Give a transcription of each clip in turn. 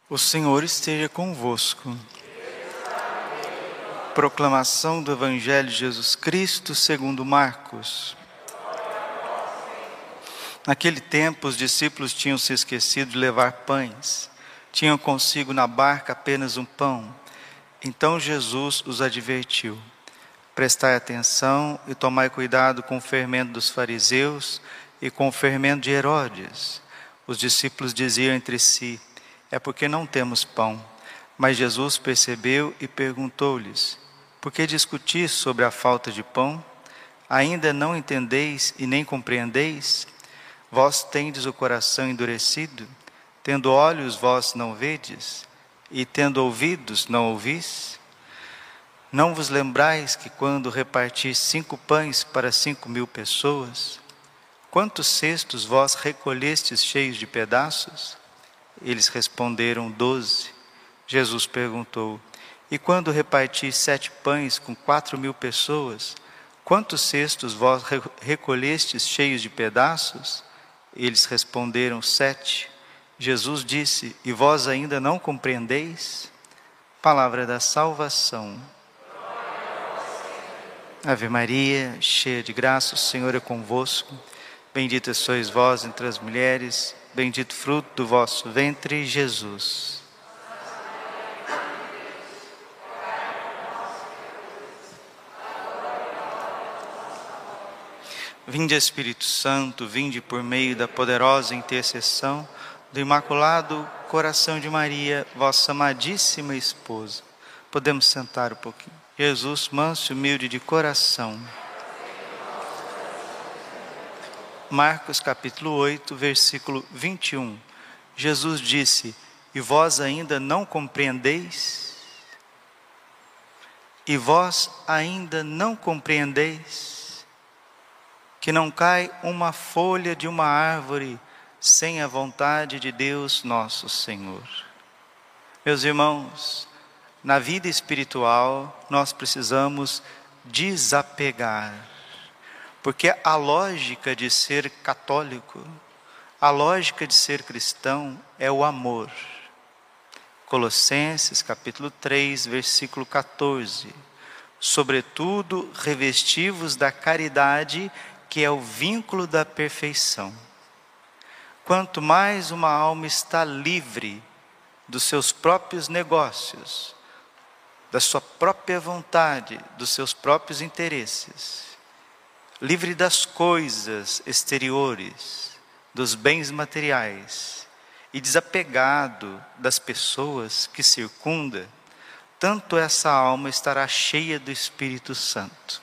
O Senhor esteja convosco. Proclamação do Evangelho de Jesus Cristo segundo Marcos. Naquele tempo, os discípulos tinham se esquecido de levar pães. Tinham consigo na barca apenas um pão. Então Jesus os advertiu: prestai atenção e tomai cuidado com o fermento dos fariseus e com o fermento de Herodes. Os discípulos diziam entre si: é porque não temos pão. Mas Jesus percebeu e perguntou-lhes: por que discutis sobre a falta de pão? Ainda não entendeis e nem compreendeis? Vós tendes o coração endurecido? Tendo olhos vós não vedes? E tendo ouvidos não ouvis? Não vos lembrais que quando reparti 5 pães para 5.000 pessoas, quantos cestos vós recolhestes cheios de pedaços? Eles responderam: 12. Jesus perguntou: e quando reparti 7 pães com 4.000 pessoas, quantos cestos vós recolhestes cheios de pedaços? Eles responderam: 7. Jesus disse: e vós ainda não compreendeis? Palavra da salvação. Ave Maria, cheia de graça, o Senhor é convosco. Bendita sois vós entre as mulheres, bendito fruto do vosso ventre, Jesus. Vinde, Espírito Santo, vinde por meio da poderosa intercessão do Imaculado Coração de Maria, vossa amadíssima esposa. Podemos sentar um pouquinho. Jesus, manso e humilde de coração. Marcos capítulo 8, versículo 21. Jesus disse: e vós ainda não compreendeis? E vós ainda não compreendeis? Que não cai uma folha de uma árvore sem a vontade de Deus nosso Senhor. Meus irmãos, na vida espiritual nós precisamos desapegar. Porque a lógica de ser católico, a lógica de ser cristão é o amor. Colossenses capítulo 3, versículo 14. Sobretudo, revesti-vos da caridade, que é o vínculo da perfeição. Quanto mais uma alma está livre dos seus próprios negócios, da sua própria vontade, dos seus próprios interesses, livre das coisas exteriores, dos bens materiais e desapegado das pessoas que circunda, tanto essa alma estará cheia do Espírito Santo.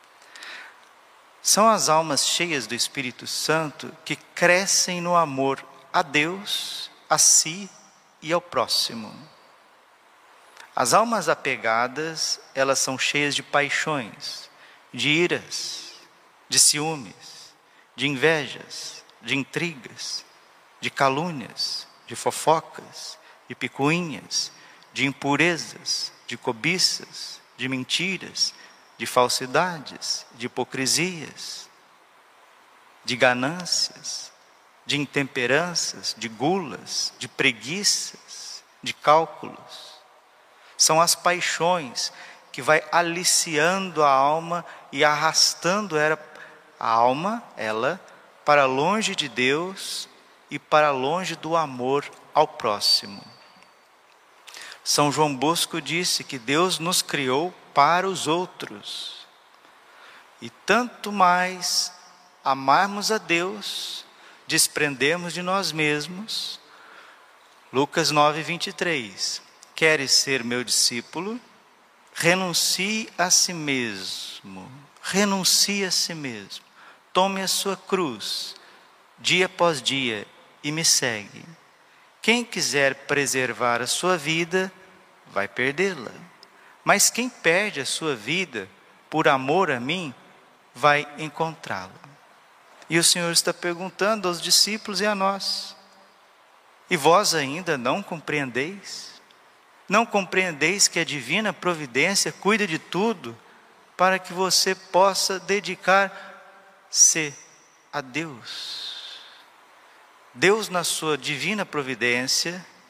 São as almas cheias do Espírito Santo que crescem no amor a Deus, a si e ao próximo. As almas apegadas, elas são cheias de paixões, de iras, de ciúmes, de invejas, de intrigas, de calúnias, de fofocas, de picuinhas, de impurezas, de cobiças, de mentiras, de falsidades, de hipocrisias, de ganâncias, de intemperanças, de gulas, de preguiças, de cálculos. São as paixões que vai aliciando a alma e arrastando a alma, para longe de Deus e para longe do amor ao próximo. São João Bosco disse que Deus nos criou para os outros. E tanto mais amarmos a Deus, desprendermos de nós mesmos. Lucas 9, 23. Queres ser meu discípulo? Renuncie a si mesmo. Renuncie a si mesmo. Tome a sua cruz, dia após dia, e me segue. Quem quiser preservar a sua vida, vai perdê-la. Mas quem perde a sua vida, por amor a mim, vai encontrá-la. E o Senhor está perguntando aos discípulos e a nós: e vós ainda não compreendeis? Não compreendeis que a divina providência cuida de tudo, para que você possa dedicar-se a Deus? Deus, na sua divina providência,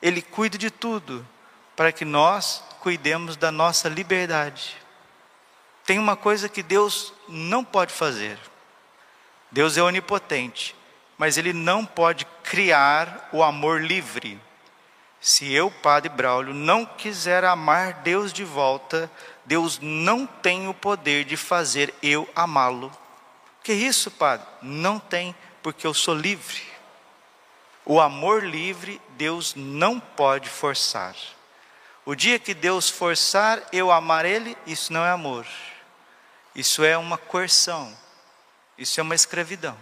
Ele cuida de tudo para que nós cuidemos da nossa liberdade. Tem uma coisa que Deus não pode fazer. Deus é onipotente, mas Ele não pode criar o amor livre. Se eu, Padre Braulio, não quiser amar Deus de volta, Deus não tem o poder de fazer eu amá-lo. Que isso, Padre? Não tem, porque eu sou livre. O amor livre, Deus não pode forçar. O dia que Deus forçar eu amar Ele, isso não é amor. Isso é uma coerção. Isso é uma escravidão.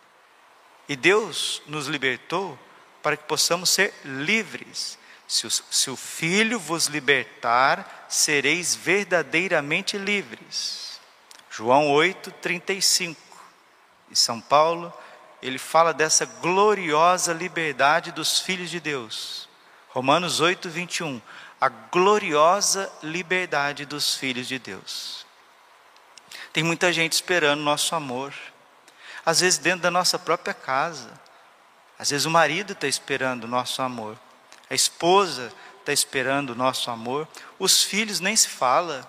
E Deus nos libertou para que possamos ser livres. Se o Filho vos libertar, sereis verdadeiramente livres. João 8:35. E São Paulo, ele fala dessa gloriosa liberdade dos filhos de Deus. Romanos 8:21. A gloriosa liberdade dos filhos de Deus. Tem muita gente esperando nosso amor. Às vezes dentro da nossa própria casa. Às vezes o marido está esperando o nosso amor. A esposa está esperando o nosso amor. Os filhos nem se fala.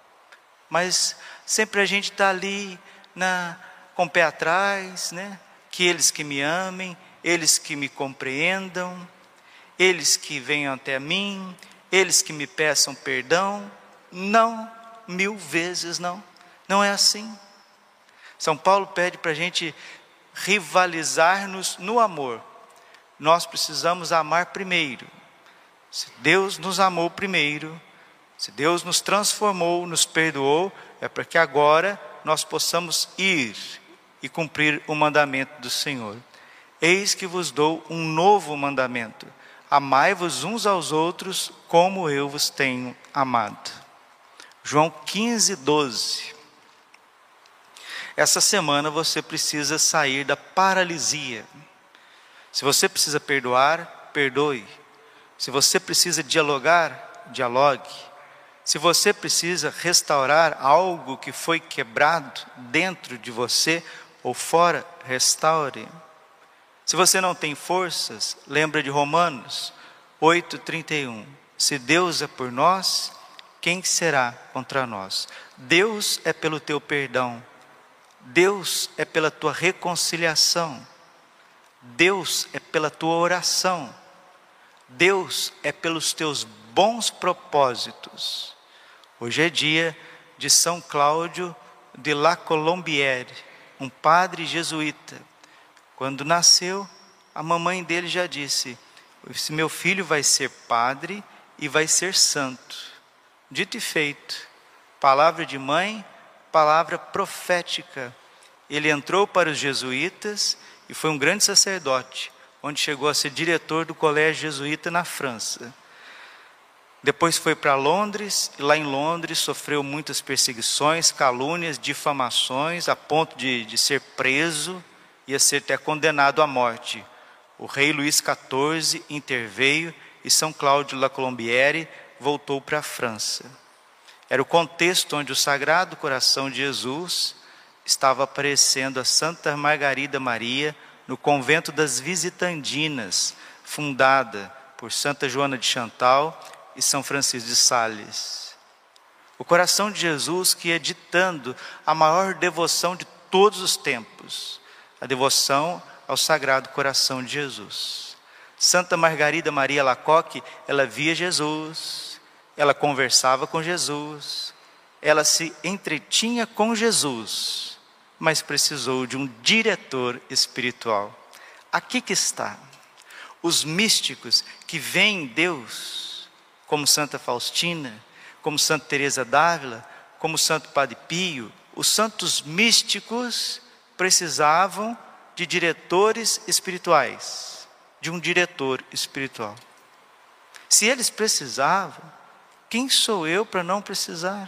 Mas sempre a gente está ali com o pé atrás, né? Que eles que me amem, eles que me compreendam, eles que venham até mim, eles que me peçam perdão. Não, 1000 vezes não. Não é assim. São Paulo pede para a gente rivalizar-nos no amor. Nós precisamos amar primeiro. Se Deus nos amou primeiro, se Deus nos transformou, nos perdoou, é para que agora nós possamos ir e cumprir o mandamento do Senhor. Eis que vos dou um novo mandamento: amai-vos uns aos outros como eu vos tenho amado. João 15:12. Essa semana você precisa sair da paralisia. Se você precisa perdoar, perdoe. Se você precisa dialogar, dialogue. Se você precisa restaurar algo que foi quebrado dentro de você ou fora, restaure. Se você não tem forças, lembra de Romanos 8:31. Se Deus é por nós, quem será contra nós? Deus é pelo teu perdão. Deus é pela tua reconciliação. Deus é pela tua oração. Deus é pelos teus bons propósitos. Hoje é dia de São Cláudio de La Colombière, um padre jesuíta. Quando nasceu, a mamãe dele já disse: esse meu filho vai ser padre e vai ser santo. Dito e feito. Palavra de mãe, palavra profética. Ele entrou para os jesuítas e foi um grande sacerdote, onde chegou a ser diretor do colégio jesuíta na França. Depois foi para Londres, e lá em Londres sofreu muitas perseguições, calúnias, difamações, a ponto de ser preso, ia ser até condenado à morte. O rei Luís XIV interveio e São Cláudio La Colombière voltou para a França. Era o contexto onde o Sagrado Coração de Jesus estava aparecendo a Santa Margarida Maria no convento das Visitandinas, fundada por Santa Joana de Chantal e São Francisco de Sales. O coração de Jesus que ia ditando a maior devoção de todos os tempos, a devoção ao Sagrado Coração de Jesus. Santa Margarida Maria Alacoque, ela via Jesus, ela conversava com Jesus, ela se entretinha com Jesus, mas precisou de um diretor espiritual. Aqui que está. Os místicos que veem Deus, como Santa Faustina, como Santa Teresa d'Ávila, como Santo Padre Pio, os santos místicos precisavam de diretores espirituais, de um diretor espiritual. Se eles precisavam, quem sou eu para não precisar?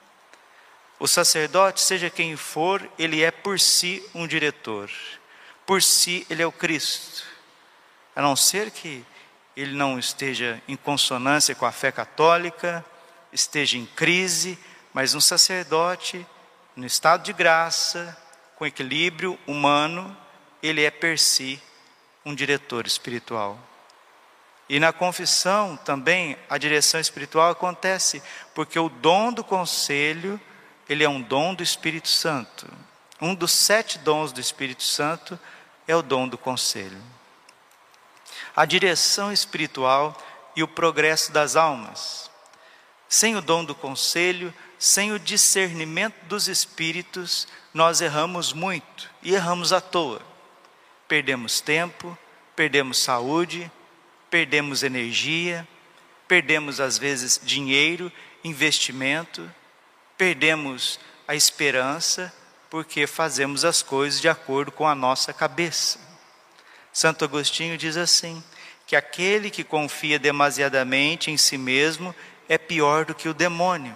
O sacerdote, seja quem for, ele é por si um diretor. Por si ele é o Cristo. A não ser que ele não esteja em consonância com a fé católica, esteja em crise, mas um sacerdote, no estado de graça, com equilíbrio humano, ele é per si um diretor espiritual. E na confissão também a direção espiritual acontece, porque o dom do conselho, ele é um dom do Espírito Santo. Um dos 7 dons do Espírito Santo é o dom do conselho. A direção espiritual e o progresso das almas. Sem o dom do conselho, sem o discernimento dos espíritos, nós erramos muito e erramos à toa. Perdemos tempo, perdemos saúde, perdemos energia, perdemos às vezes dinheiro, investimento, perdemos a esperança, porque fazemos as coisas de acordo com a nossa cabeça. Santo Agostinho diz assim, que aquele que confia demasiadamente em si mesmo é pior do que o demônio.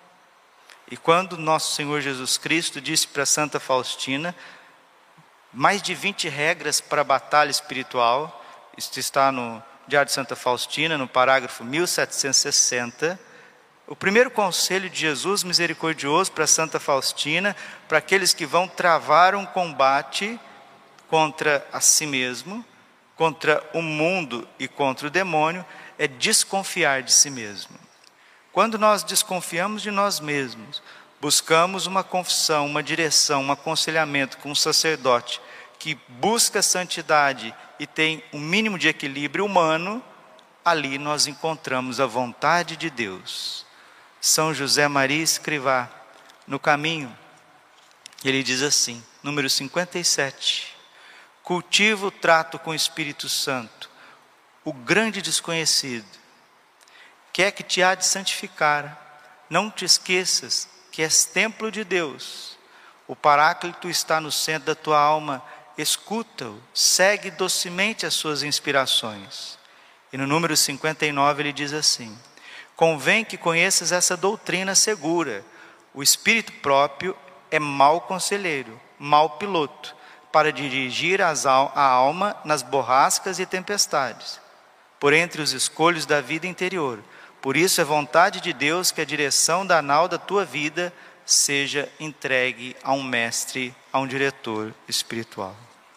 E quando nosso Senhor Jesus Cristo disse para Santa Faustina, mais de 20 regras para a batalha espiritual, isto está no Diário de Santa Faustina, no parágrafo 1760, o primeiro conselho de Jesus misericordioso para Santa Faustina, para aqueles que vão travar um combate contra a si mesmo, contra o mundo e contra o demônio, é desconfiar de si mesmo. Quando nós desconfiamos de nós mesmos, buscamos uma confissão, uma direção, um aconselhamento com um sacerdote que busca a santidade e tem um mínimo de equilíbrio humano, ali nós encontramos a vontade de Deus. São José Maria Escrivá, no Caminho, ele diz assim, número 57, cultiva o trato com o Espírito Santo, o grande desconhecido, que é que te há de santificar, não te esqueças que és templo de Deus, o Paráclito está no centro da tua alma, escuta-o, segue docemente as suas inspirações. E no número 59 ele diz assim, convém que conheças essa doutrina segura, o Espírito próprio é mau conselheiro, mau piloto, para dirigir a alma nas borrascas e tempestades, por entre os escolhos da vida interior. Por isso é vontade de Deus que a direção da nau da tua vida seja entregue a um mestre, a um diretor espiritual.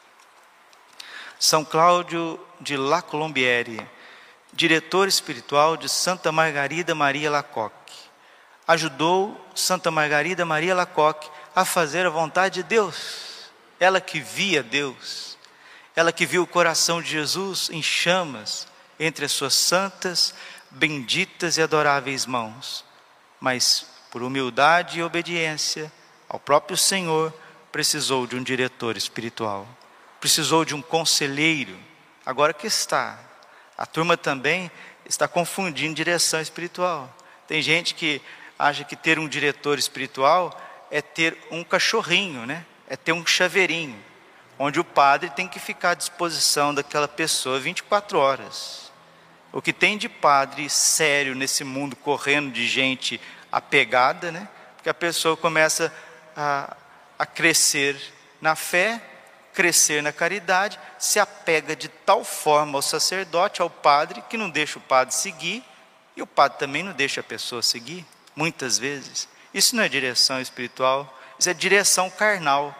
São Cláudio de La Colombière, diretor espiritual de Santa Margarida Maria Lacoque, ajudou Santa Margarida Maria Lacoque a fazer a vontade de Deus. Ela que via Deus, ela que viu o coração de Jesus em chamas entre as suas santas, benditas e adoráveis mãos, mas por humildade e obediência ao próprio Senhor, precisou de um diretor espiritual, precisou de um conselheiro. Agora que a turma também está confundindo direção espiritual. Tem gente que acha que ter um diretor espiritual é ter um cachorrinho, né? É ter um chaveirinho, onde o padre tem que ficar à disposição daquela pessoa 24 horas. O que tem de padre sério nesse mundo correndo de gente apegada, né? Porque a pessoa começa a crescer na fé, crescer na caridade, se apega de tal forma ao sacerdote, ao padre, que não deixa o padre seguir, e o padre também não deixa a pessoa seguir, muitas vezes. Isso não é direção espiritual, isso é direção carnal.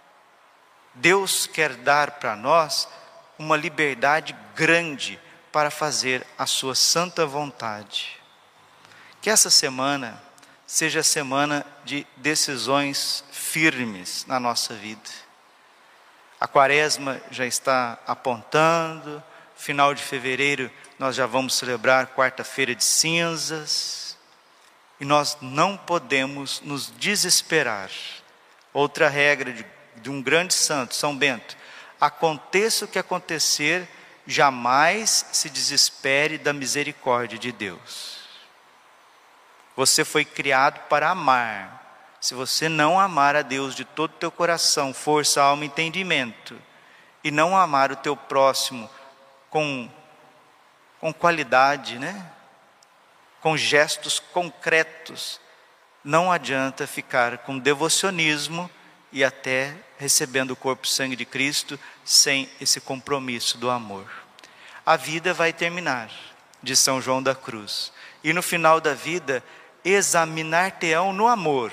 Deus quer dar para nós uma liberdade grande para fazer a sua santa vontade. Que essa semana seja semana de decisões firmes na nossa vida. A quaresma já está apontando, final de fevereiro nós já vamos celebrar quarta-feira de cinzas, e nós não podemos nos desesperar. Outra regra de um grande santo, São Bento, aconteça o que acontecer, jamais se desespere da misericórdia de Deus. Você foi criado para amar. Se você não amar a Deus de todo o teu coração, força, alma e entendimento, e não amar o teu próximo com qualidade, né? Com gestos concretos, não adianta ficar com devocionismo e até recebendo o corpo e sangue de Cristo sem esse compromisso do amor. A vida vai terminar, diz São João da Cruz, e no final da vida examinar-te-ão no amor.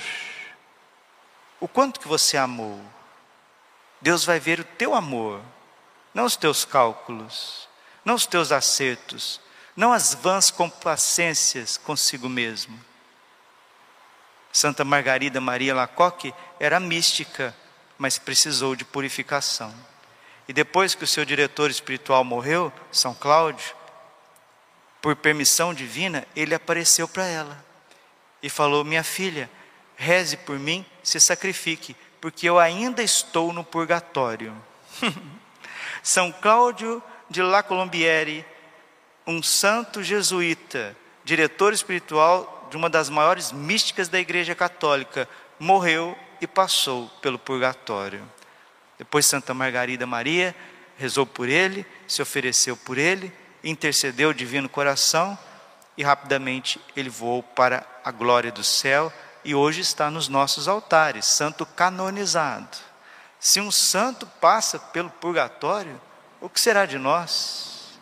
O quanto que você amou. Deus vai ver o teu amor, não os teus cálculos, não os teus acertos, não as vãs complacências consigo mesmo. Santa Margarida Maria Alacoque era mística, mas precisou de purificação. E depois que o seu diretor espiritual morreu, São Cláudio, por permissão divina, ele apareceu para ela e falou: minha filha, reze por mim, se sacrifique, porque eu ainda estou no purgatório. São Cláudio de La Colombière, um santo jesuíta, diretor espiritual de uma das maiores místicas da Igreja Católica, morreu e passou pelo purgatório. Depois Santa Margarida Maria rezou por ele, se ofereceu por ele, intercedeu o Divino Coração e rapidamente ele voou para a glória do céu e hoje está nos nossos altares, santo canonizado. Se um santo passa pelo purgatório, o que será de nós?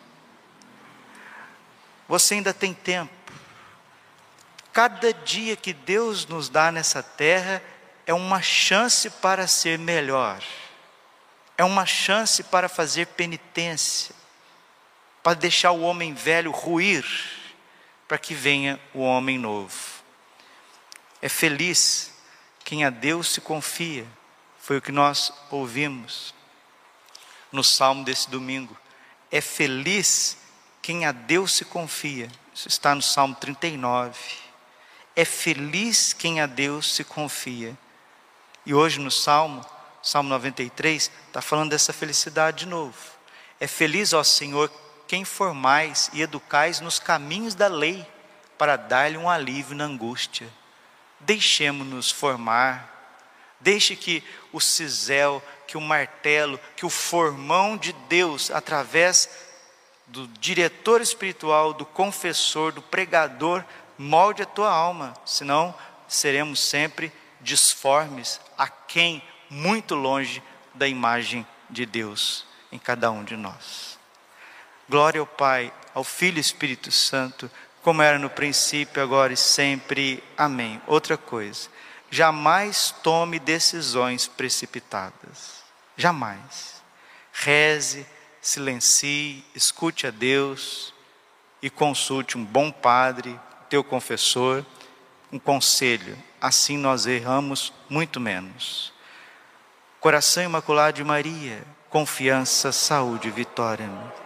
Você ainda tem tempo. Cada dia que Deus nos dá nessa terra é uma chance para ser melhor. É uma chance para fazer penitência, para deixar o homem velho ruir, para que venha o homem novo. É feliz quem a Deus se confia. Foi o que nós ouvimos no salmo desse domingo. É feliz quem a Deus se confia. Isso está no Salmo 39. É feliz quem a Deus se confia. E hoje no Salmo 93, está falando dessa felicidade de novo. É feliz, ó Senhor, quem formais e educais nos caminhos da lei, para dar-lhe um alívio na angústia. Deixemos-nos formar. Deixe que o cisel, que o martelo, que o formão de Deus, através do diretor espiritual, do confessor, do pregador, molde a tua alma. Senão seremos sempre disformes, aquém, muito longe da imagem de Deus em cada um de nós. Glória ao Pai, ao Filho e Espírito Santo, como era no princípio, agora e sempre. Amém. Outra coisa, jamais tome decisões precipitadas. Jamais. Reze, silencie, escute a Deus e consulte um bom padre, teu confessor, um conselho. Assim nós erramos muito menos. Coração Imaculado de Maria, confiança, saúde e vitória.